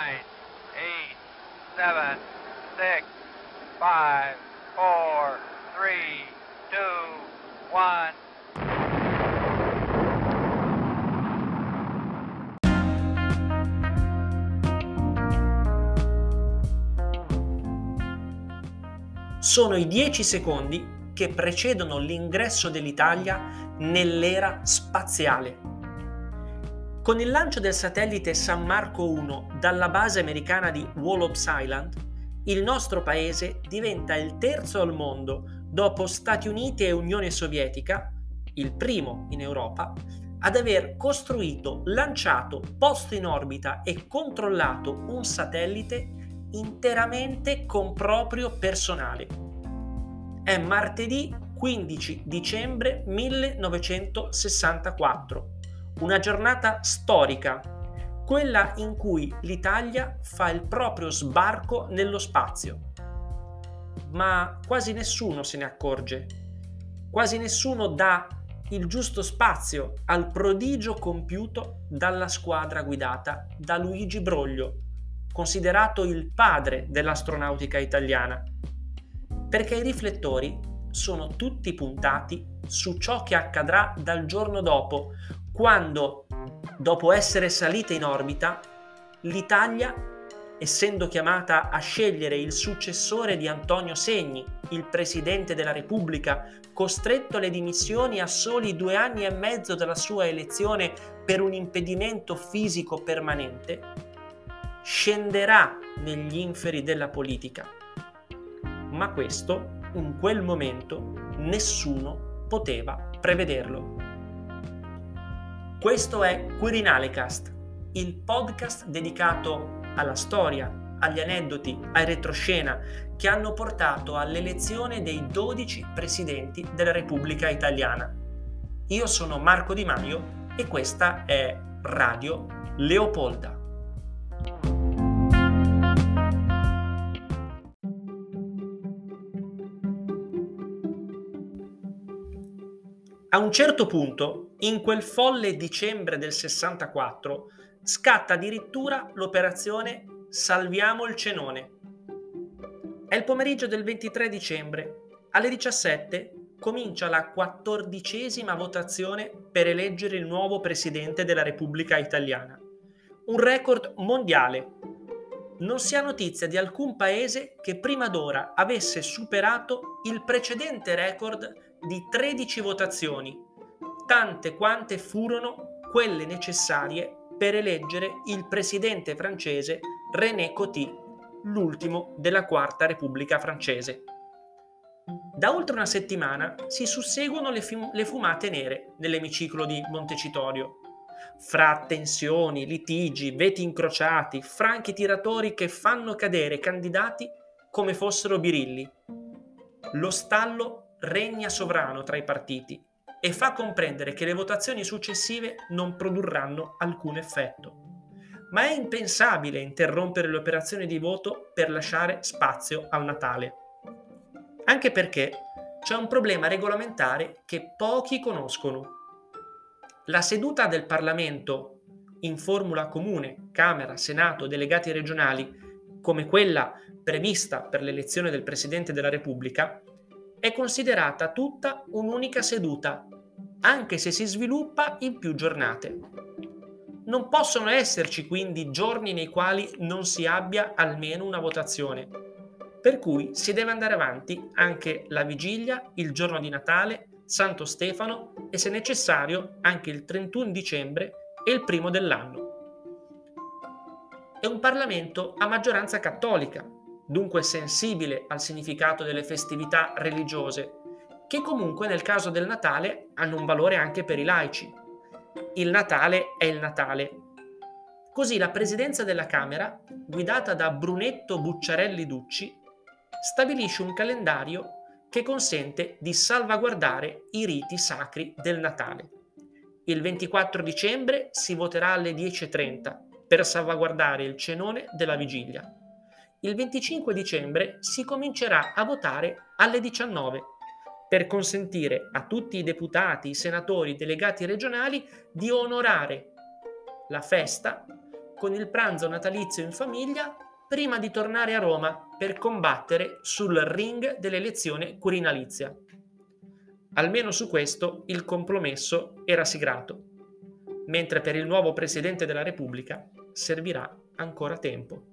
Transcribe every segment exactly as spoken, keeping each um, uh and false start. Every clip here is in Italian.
nine, eight, seven, six, five, four, three, two, one. Sono i dieci secondi che precedono l'ingresso dell'Italia nell'era spaziale. Con il lancio del satellite San Marco uno dalla base americana di Wallops Island, il nostro paese diventa il terzo al mondo, dopo Stati Uniti e Unione Sovietica, il primo in Europa, ad aver costruito, lanciato, posto in orbita e controllato un satellite interamente con proprio personale. È martedì quindici dicembre millenovecentosessantaquattro, una giornata storica, quella in cui l'Italia fa il proprio sbarco nello spazio. Ma quasi nessuno se ne accorge, quasi nessuno dà il giusto spazio al prodigio compiuto dalla squadra guidata da Luigi Broglio, considerato il padre dell'astronautica italiana, perché i riflettori sono tutti puntati su ciò che accadrà dal giorno dopo, quando, dopo essere salita in orbita, l'Italia, essendo chiamata a scegliere il successore di Antonio Segni, il Presidente della Repubblica, costretto alle dimissioni a soli due anni e mezzo dalla sua elezione per un impedimento fisico permanente, scenderà negli inferi della politica. Ma questo, in quel momento, nessuno poteva prevederlo. Questo è Quirinale-cast, il podcast dedicato alla storia, agli aneddoti, ai retroscena che hanno portato all'elezione dei dodici presidenti della Repubblica Italiana. Io sono Marco Di Maio e questa è Radio Leopolda. A un certo punto, in quel folle dicembre del sessantaquattro, scatta addirittura l'operazione Salviamo il cenone. È il pomeriggio del ventitré dicembre. Alle diciassette comincia la quattordicesima votazione per eleggere il nuovo presidente della Repubblica Italiana. Un record mondiale. Non si ha notizia di alcun paese che prima d'ora avesse superato il precedente record di tredici votazioni, tante quante furono quelle necessarie per eleggere il presidente francese René Coty, l'ultimo della Quarta Repubblica francese. Da oltre una settimana si susseguono le, fum- le fumate nere nell'emiciclo di Montecitorio, fra tensioni, litigi, veti incrociati, franchi tiratori che fanno cadere candidati come fossero birilli. Lo stallo regna sovrano tra i partiti e fa comprendere che le votazioni successive non produrranno alcun effetto. Ma è impensabile interrompere le operazioni di voto per lasciare spazio al Natale. Anche perché c'è un problema regolamentare che pochi conoscono. La seduta del Parlamento in formula comune, Camera, Senato, delegati regionali, come quella prevista per l'elezione del Presidente della Repubblica, è considerata tutta un'unica seduta, anche se si sviluppa in più giornate. Non possono esserci quindi giorni nei quali non si abbia almeno una votazione, per cui si deve andare avanti anche la vigilia, il giorno di Natale, Santo Stefano e, se necessario, anche il trentuno dicembre e il primo dell'anno. È un Parlamento a maggioranza cattolica, dunque sensibile al significato delle festività religiose, che comunque nel caso del Natale hanno un valore anche per i laici. Il Natale è il Natale. Così la presidenza della Camera, guidata da Brunetto Bucciarelli Ducci, stabilisce un calendario che consente di salvaguardare i riti sacri del Natale. Il ventiquattro dicembre si voterà alle dieci e trenta per salvaguardare il cenone della vigilia. Il venticinque dicembre si comincerà a votare alle diciannove per consentire a tutti i deputati, i senatori, i delegati regionali di onorare la festa con il pranzo natalizio in famiglia prima di tornare a Roma per combattere sul ring dell'elezione quirinalizia. Almeno su questo il compromesso era siglato, mentre per il nuovo Presidente della Repubblica servirà ancora tempo.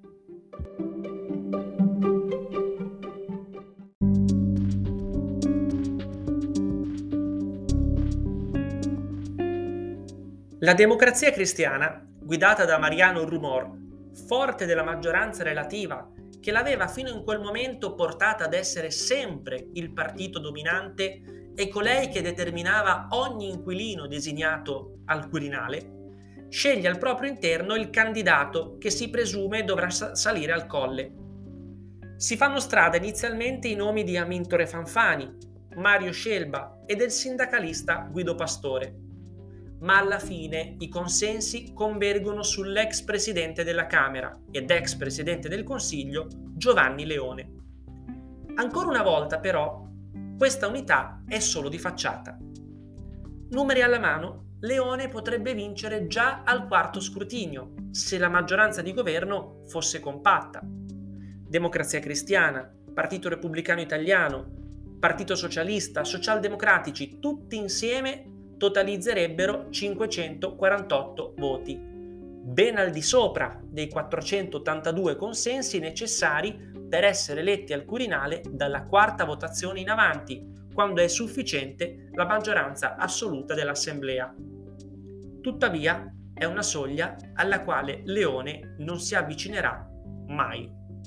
La Democrazia Cristiana, guidata da Mariano Rumor, forte della maggioranza relativa che l'aveva fino in quel momento portata ad essere sempre il partito dominante e colei che determinava ogni inquilino designato al Quirinale, sceglie al proprio interno il candidato che si presume dovrà salire al colle. Si fanno strada inizialmente i nomi di Amintore Fanfani, Mario Scelba e del sindacalista Guido Pastore, ma alla fine i consensi convergono sull'ex presidente della Camera ed ex presidente del Consiglio Giovanni Leone. Ancora una volta però questa unità è solo di facciata. Numeri alla mano, Leone potrebbe vincere già al quarto scrutinio se la maggioranza di governo fosse compatta. Democrazia Cristiana, Partito Repubblicano Italiano, Partito Socialista, Socialdemocratici, tutti insieme totalizzerebbero cinquecentoquarantotto voti, ben al di sopra dei quattrocentottantadue consensi necessari per essere eletti al Quirinale dalla quarta votazione in avanti, quando è sufficiente la maggioranza assoluta dell'Assemblea. Tuttavia, è una soglia alla quale Leone non si avvicinerà mai.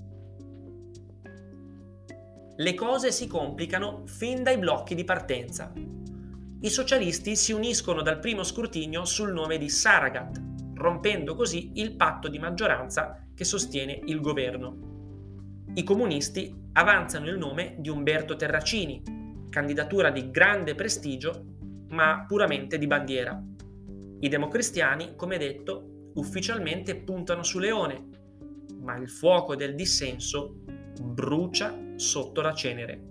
Le cose si complicano fin dai blocchi di partenza. I socialisti si uniscono dal primo scrutinio sul nome di Saragat, rompendo così il patto di maggioranza che sostiene il governo. I comunisti avanzano il nome di Umberto Terracini, candidatura di grande prestigio ma puramente di bandiera. I democristiani, come detto, ufficialmente puntano su Leone, ma il fuoco del dissenso brucia sotto la cenere.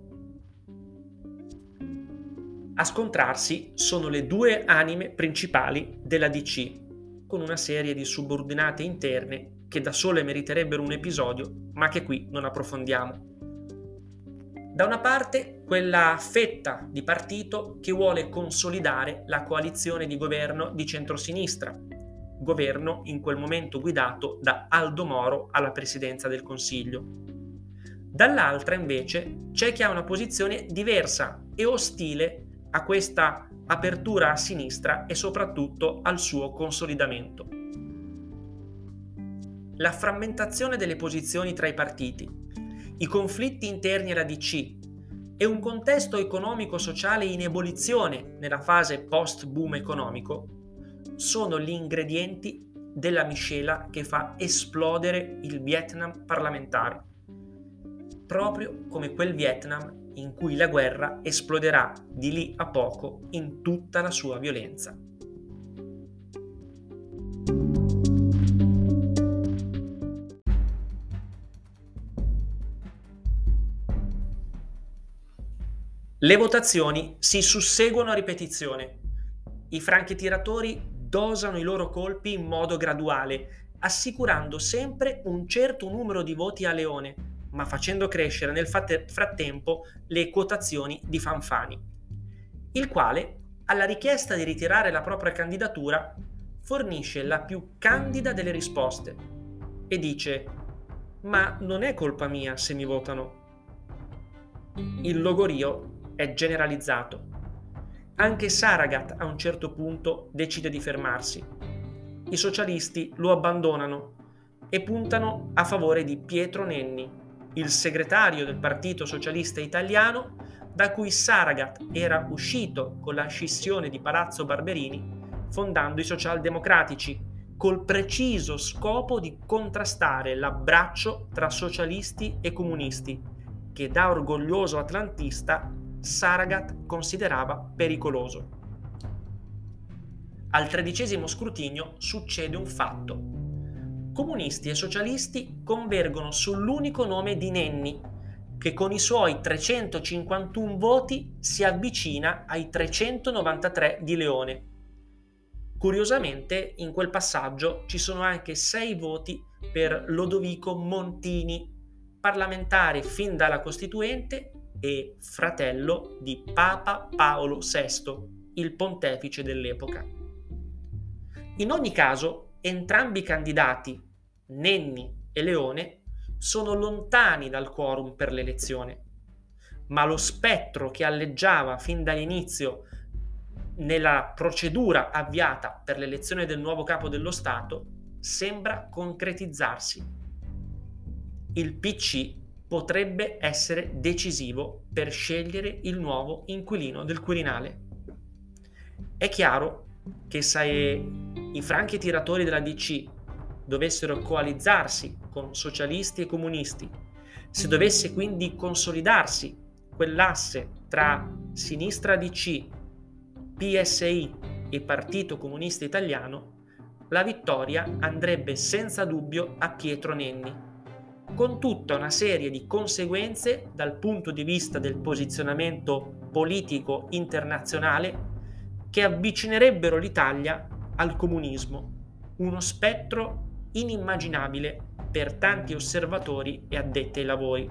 A scontrarsi sono le due anime principali della D C, con una serie di subordinate interne che da sole meriterebbero un episodio, ma che qui non approfondiamo. Da una parte, quella fetta di partito che vuole consolidare la coalizione di governo di centrosinistra, governo in quel momento guidato da Aldo Moro alla presidenza del Consiglio. Dall'altra, invece, c'è chi ha una posizione diversa e ostile a questa apertura a sinistra e soprattutto al suo consolidamento. La frammentazione delle posizioni tra i partiti, i conflitti interni alla D C e un contesto economico-sociale in ebollizione nella fase post-boom economico sono gli ingredienti della miscela che fa esplodere il Vietnam parlamentare, proprio come quel Vietnam in cui la guerra esploderà di lì a poco in tutta la sua violenza. Le votazioni si susseguono a ripetizione. I franchi-tiratori dosano i loro colpi in modo graduale, assicurando sempre un certo numero di voti a Leone, ma facendo crescere nel frattempo le quotazioni di Fanfani, il quale, alla richiesta di ritirare la propria candidatura, fornisce la più candida delle risposte e dice: «Ma non è colpa mia se mi votano». Il logorio è generalizzato. Anche Saragat a un certo punto decide di fermarsi. I socialisti lo abbandonano e puntano a favore di Pietro Nenni, il segretario del Partito Socialista Italiano, da cui Saragat era uscito con la scissione di Palazzo Barberini, fondando i Socialdemocratici, col preciso scopo di contrastare l'abbraccio tra socialisti e comunisti, che da orgoglioso atlantista Saragat considerava pericoloso. Al tredicesimo scrutinio succede un fatto. Comunisti e socialisti convergono sull'unico nome di Nenni, che con i suoi trecentocinquantuno voti si avvicina ai trecentonovantatré di Leone. Curiosamente, in quel passaggio ci sono anche sei voti per Lodovico Montini, parlamentare fin dalla Costituente e fratello di Papa Paolo sesto, il pontefice dell'epoca. In ogni caso, entrambi i candidati, Nenni e Leone, sono lontani dal quorum per l'elezione, ma lo spettro che alleggiava fin dall'inizio nella procedura avviata per l'elezione del nuovo capo dello Stato sembra concretizzarsi. Il P C potrebbe essere decisivo per scegliere il nuovo inquilino del Quirinale. È chiaro che se i franchi tiratori della D C dovessero coalizzarsi con socialisti e comunisti, se dovesse quindi consolidarsi quell'asse tra sinistra D C, P S I e Partito Comunista Italiano, la vittoria andrebbe senza dubbio a Pietro Nenni, con tutta una serie di conseguenze dal punto di vista del posizionamento politico internazionale che avvicinerebbero l'Italia al comunismo, uno spettro inimmaginabile per tanti osservatori e addetti ai lavori.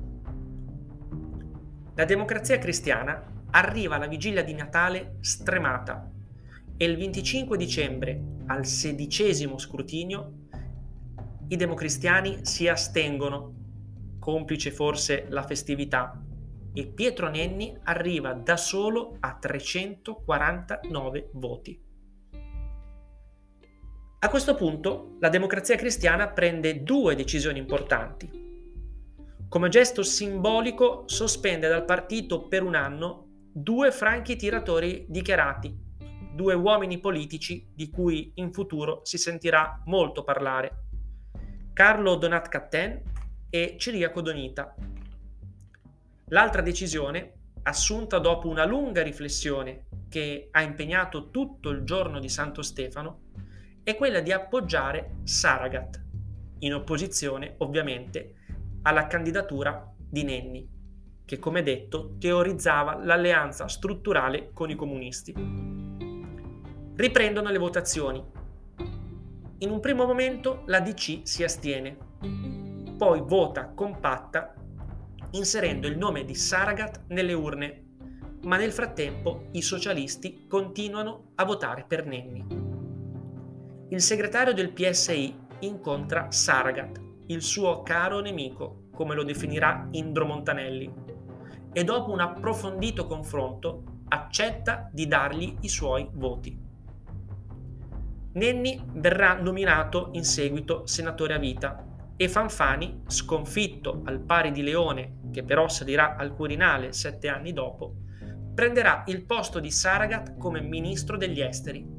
La Democrazia Cristiana arriva alla vigilia di Natale stremata e il venticinque dicembre, al sedicesimo scrutinio, i democristiani si astengono, complice forse la festività, e Pietro Nenni arriva da solo a trecentoquarantanove voti. A questo punto la Democrazia Cristiana prende due decisioni importanti. Come gesto simbolico sospende dal partito per un anno due franchi tiratori dichiarati, due uomini politici di cui in futuro si sentirà molto parlare: Carlo Donat-Cattin e Ciriaco Donita. L'altra decisione, assunta dopo una lunga riflessione che ha impegnato tutto il giorno di Santo Stefano, è quella di appoggiare Saragat, in opposizione ovviamente alla candidatura di Nenni, che come detto teorizzava l'alleanza strutturale con i comunisti. Riprendono le votazioni. In un primo momento la D C si astiene, poi vota compatta inserendo il nome di Saragat nelle urne, ma nel frattempo i socialisti continuano a votare per Nenni. Il segretario del P S I incontra Saragat, il suo caro nemico, come lo definirà Indro Montanelli, e dopo un approfondito confronto accetta di dargli i suoi voti. Nenni verrà nominato in seguito senatore a vita e Fanfani, sconfitto al pari di Leone, che però salirà al Quirinale sette anni dopo, prenderà il posto di Saragat come ministro degli esteri.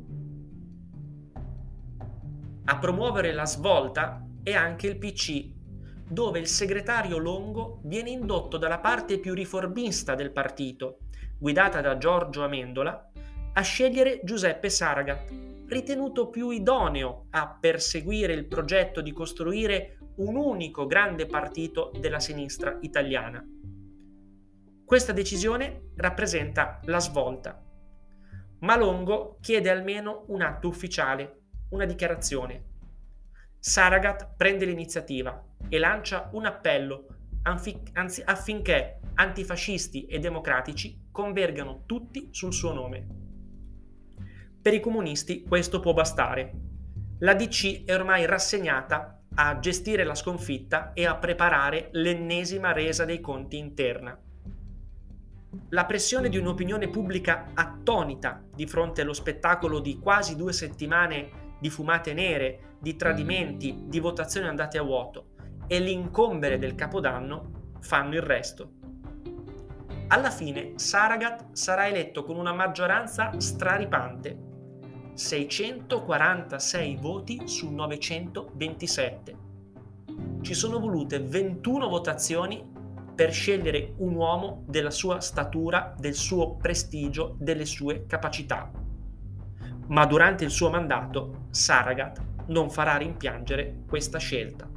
A promuovere la svolta è anche il P C, dove il segretario Longo viene indotto dalla parte più riformista del partito, guidata da Giorgio Amendola, a scegliere Giuseppe Saragat, ritenuto più idoneo a perseguire il progetto di costruire un unico grande partito della sinistra italiana. Questa decisione rappresenta la svolta, ma Longo chiede almeno un atto ufficiale, una dichiarazione. Saragat prende l'iniziativa e lancia un appello affinché antifascisti e democratici convergano tutti sul suo nome. Per i comunisti questo può bastare. La D C è ormai rassegnata a gestire la sconfitta e a preparare l'ennesima resa dei conti interna. La pressione di un'opinione pubblica attonita di fronte allo spettacolo di quasi due settimane di fumate nere, di tradimenti, di votazioni andate a vuoto e l'incombere del Capodanno fanno il resto. Alla fine Saragat sarà eletto con una maggioranza straripante, seicentoquarantasei voti su novecentoventisette. Ci sono volute ventuno votazioni per scegliere un uomo della sua statura, del suo prestigio, delle sue capacità. Ma durante il suo mandato Saragat non farà rimpiangere questa scelta.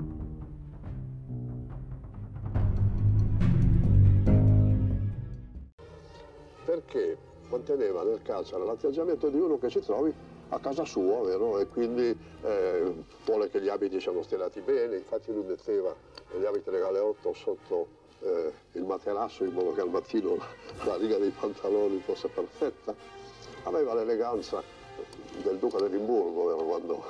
Perché manteneva nel carcere l'atteggiamento di uno che ci trovi a casa sua, vero? E quindi eh, vuole che gli abiti siano stelati bene, infatti lui metteva gli abiti da galeotto sotto eh, il materasso in modo che al mattino la riga dei pantaloni fosse perfetta. Aveva l'eleganza del duca d'Edimburgo, vero? Quando...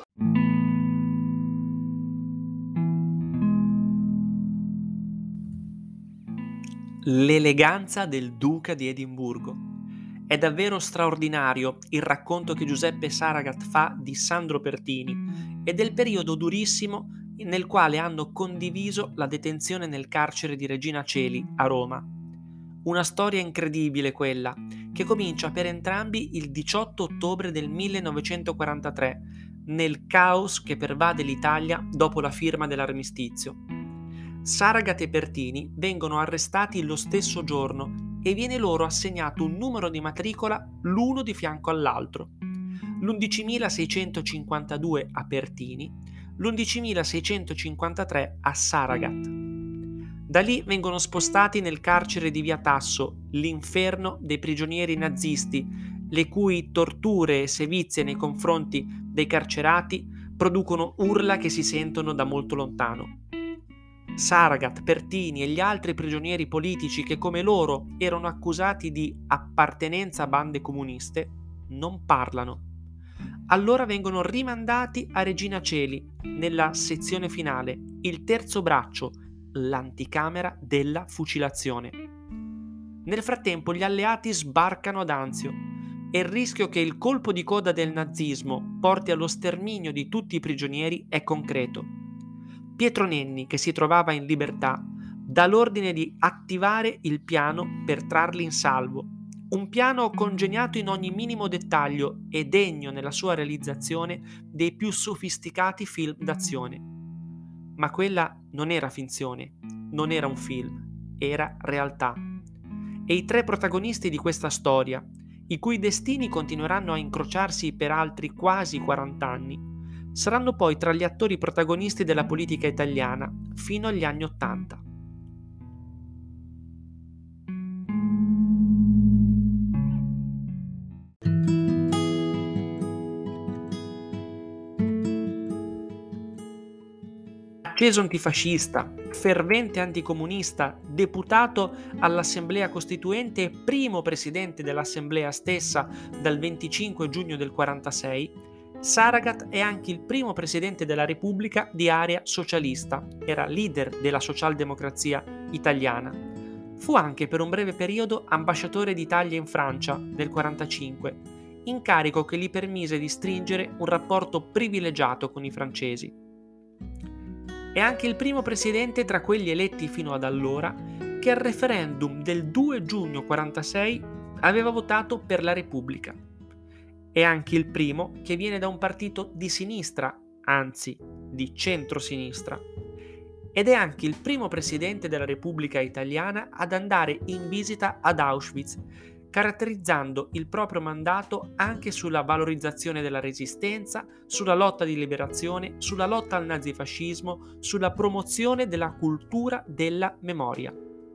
L'eleganza del duca di Edimburgo. È davvero straordinario il racconto che Giuseppe Saragat fa di Sandro Pertini e del periodo durissimo nel quale hanno condiviso la detenzione nel carcere di Regina Coeli a Roma. Una storia incredibile quella, che comincia per entrambi il diciotto ottobre del millenovecentoquarantatré, nel caos che pervade l'Italia dopo la firma dell'armistizio. Saragat e Pertini vengono arrestati lo stesso giorno e viene loro assegnato un numero di matricola l'uno di fianco all'altro. l'undicimilaseicentocinquantadue a Pertini, l'undicimilaseicentocinquantatré a Saragat. Da lì vengono spostati nel carcere di Via Tasso, l'inferno dei prigionieri nazisti, le cui torture e sevizie nei confronti dei carcerati producono urla che si sentono da molto lontano. Saragat, Pertini e gli altri prigionieri politici che come loro erano accusati di appartenenza a bande comuniste non parlano. Allora vengono rimandati a Regina Coeli nella sezione finale, il terzo braccio, l'anticamera della fucilazione. Nel frattempo gli alleati sbarcano ad Anzio e il rischio che il colpo di coda del nazismo porti allo sterminio di tutti i prigionieri è concreto. Pietro Nenni, che si trovava in libertà, dà l'ordine di attivare il piano per trarli in salvo. Un piano congegnato in ogni minimo dettaglio e degno nella sua realizzazione dei più sofisticati film d'azione. Ma quella non era finzione, non era un film, era realtà. E i tre protagonisti di questa storia, i cui destini continueranno a incrociarsi per altri quasi quaranta anni, saranno poi tra gli attori protagonisti della politica italiana fino agli anni Ottanta. Acceso antifascista, fervente anticomunista, deputato all'Assemblea Costituente e primo presidente dell'Assemblea stessa dal venticinque giugno del quarantasei, Saragat è anche il primo presidente della Repubblica di area socialista, era leader della socialdemocrazia italiana. Fu anche per un breve periodo ambasciatore d'Italia in Francia nel quarantacinque, incarico che gli permise di stringere un rapporto privilegiato con i francesi. È anche il primo presidente tra quelli eletti fino ad allora che al referendum del due giugno quarantasei aveva votato per la Repubblica. È anche il primo che viene da un partito di sinistra, anzi di centrosinistra. Ed è anche il primo presidente della Repubblica Italiana ad andare in visita ad Auschwitz, caratterizzando il proprio mandato anche sulla valorizzazione della resistenza, sulla lotta di liberazione, sulla lotta al nazifascismo, sulla promozione della cultura della memoria.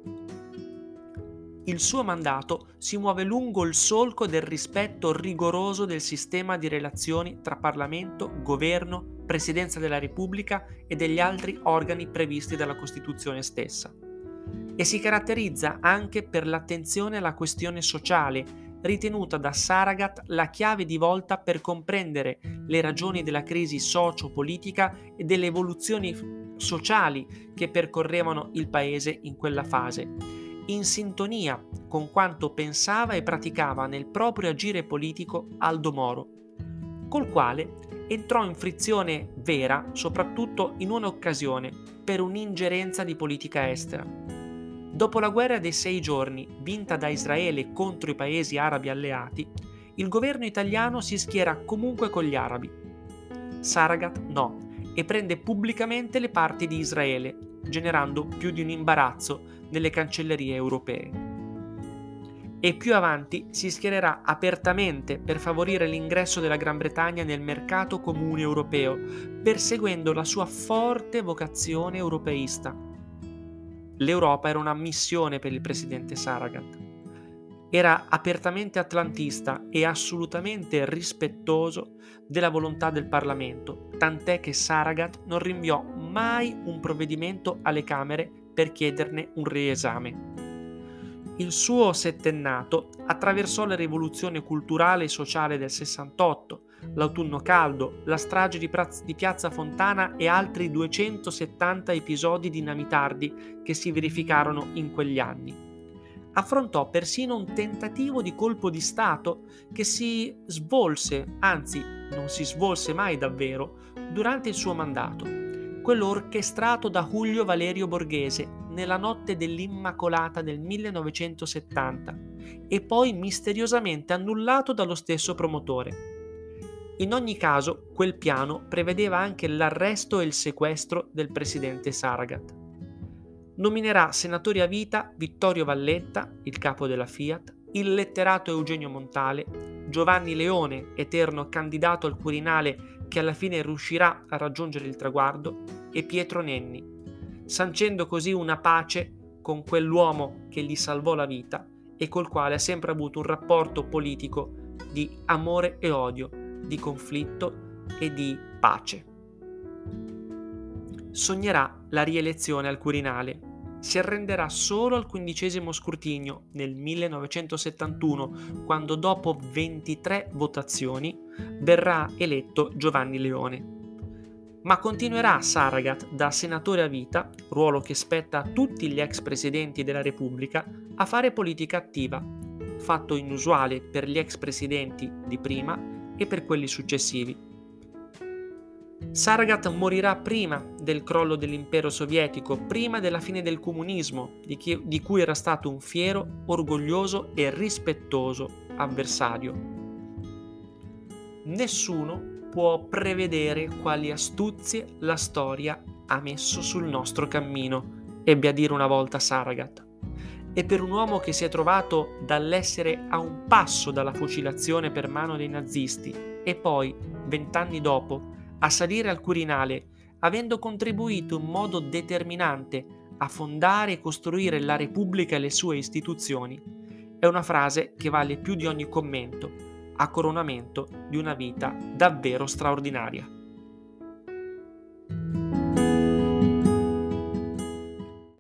Il suo mandato si muove lungo il solco del rispetto rigoroso del sistema di relazioni tra Parlamento, Governo, Presidenza della Repubblica e degli altri organi previsti dalla Costituzione stessa. E si caratterizza anche per l'attenzione alla questione sociale, ritenuta da Saragat la chiave di volta per comprendere le ragioni della crisi socio-politica e delle evoluzioni sociali che percorrevano il paese in quella fase, in sintonia con quanto pensava e praticava nel proprio agire politico Aldo Moro, col quale entrò in frizione vera soprattutto in un'occasione per un'ingerenza di politica estera. Dopo la guerra dei sei giorni vinta da Israele contro i paesi arabi alleati, il governo italiano si schiera comunque con gli arabi. Saragat no, e prende pubblicamente le parti di Israele, generando più di un imbarazzo nelle cancellerie europee. E più avanti si schiererà apertamente per favorire l'ingresso della Gran Bretagna nel mercato comune europeo, perseguendo la sua forte vocazione europeista. L'Europa era una missione per il presidente Saragat. Era apertamente atlantista e assolutamente rispettoso della volontà del Parlamento, tant'è che Saragat non rinviò mai un provvedimento alle Camere per chiederne un riesame. Il suo settennato attraversò la rivoluzione culturale e sociale del sessantotto, l'autunno caldo, la strage di, Praz- di Piazza Fontana e altri duecentosettanta episodi dinamitardi che si verificarono in quegli anni. Affrontò persino un tentativo di colpo di Stato che si svolse, anzi non si svolse mai davvero, durante il suo mandato, quello orchestrato da Julio Valerio Borghese nella notte dell'Immacolata del millenovecentosettanta e poi misteriosamente annullato dallo stesso promotore. In ogni caso, quel piano prevedeva anche l'arresto e il sequestro del presidente Saragat. Nominerà senatori a vita Vittorio Valletta, il capo della Fiat, il letterato Eugenio Montale, Giovanni Leone, eterno candidato al Quirinale che alla fine riuscirà a raggiungere il traguardo, e Pietro Nenni, sancendo così una pace con quell'uomo che gli salvò la vita e col quale ha sempre avuto un rapporto politico di amore e odio, di conflitto e di pace. Sognerà la rielezione al Quirinale. Si arrenderà solo al quindicesimo scrutinio nel millenovecentosettantuno, quando dopo ventitré votazioni verrà eletto Giovanni Leone. Ma continuerà Saragat da senatore a vita, ruolo che spetta a tutti gli ex presidenti della Repubblica, a fare politica attiva, fatto inusuale per gli ex presidenti di prima e per quelli successivi. Saragat morirà prima del crollo dell'impero sovietico, prima della fine del comunismo, di, chi, di cui era stato un fiero, orgoglioso e rispettoso avversario. Nessuno può prevedere quali astuzie la storia ha messo sul nostro cammino, ebbe a dire una volta Saragat. E per un uomo che si è trovato dall'essere a un passo dalla fucilazione per mano dei nazisti e poi, vent'anni dopo, a salire al Quirinale, avendo contribuito in modo determinante a fondare e costruire la Repubblica e le sue istituzioni, è una frase che vale più di ogni commento, a coronamento di una vita davvero straordinaria.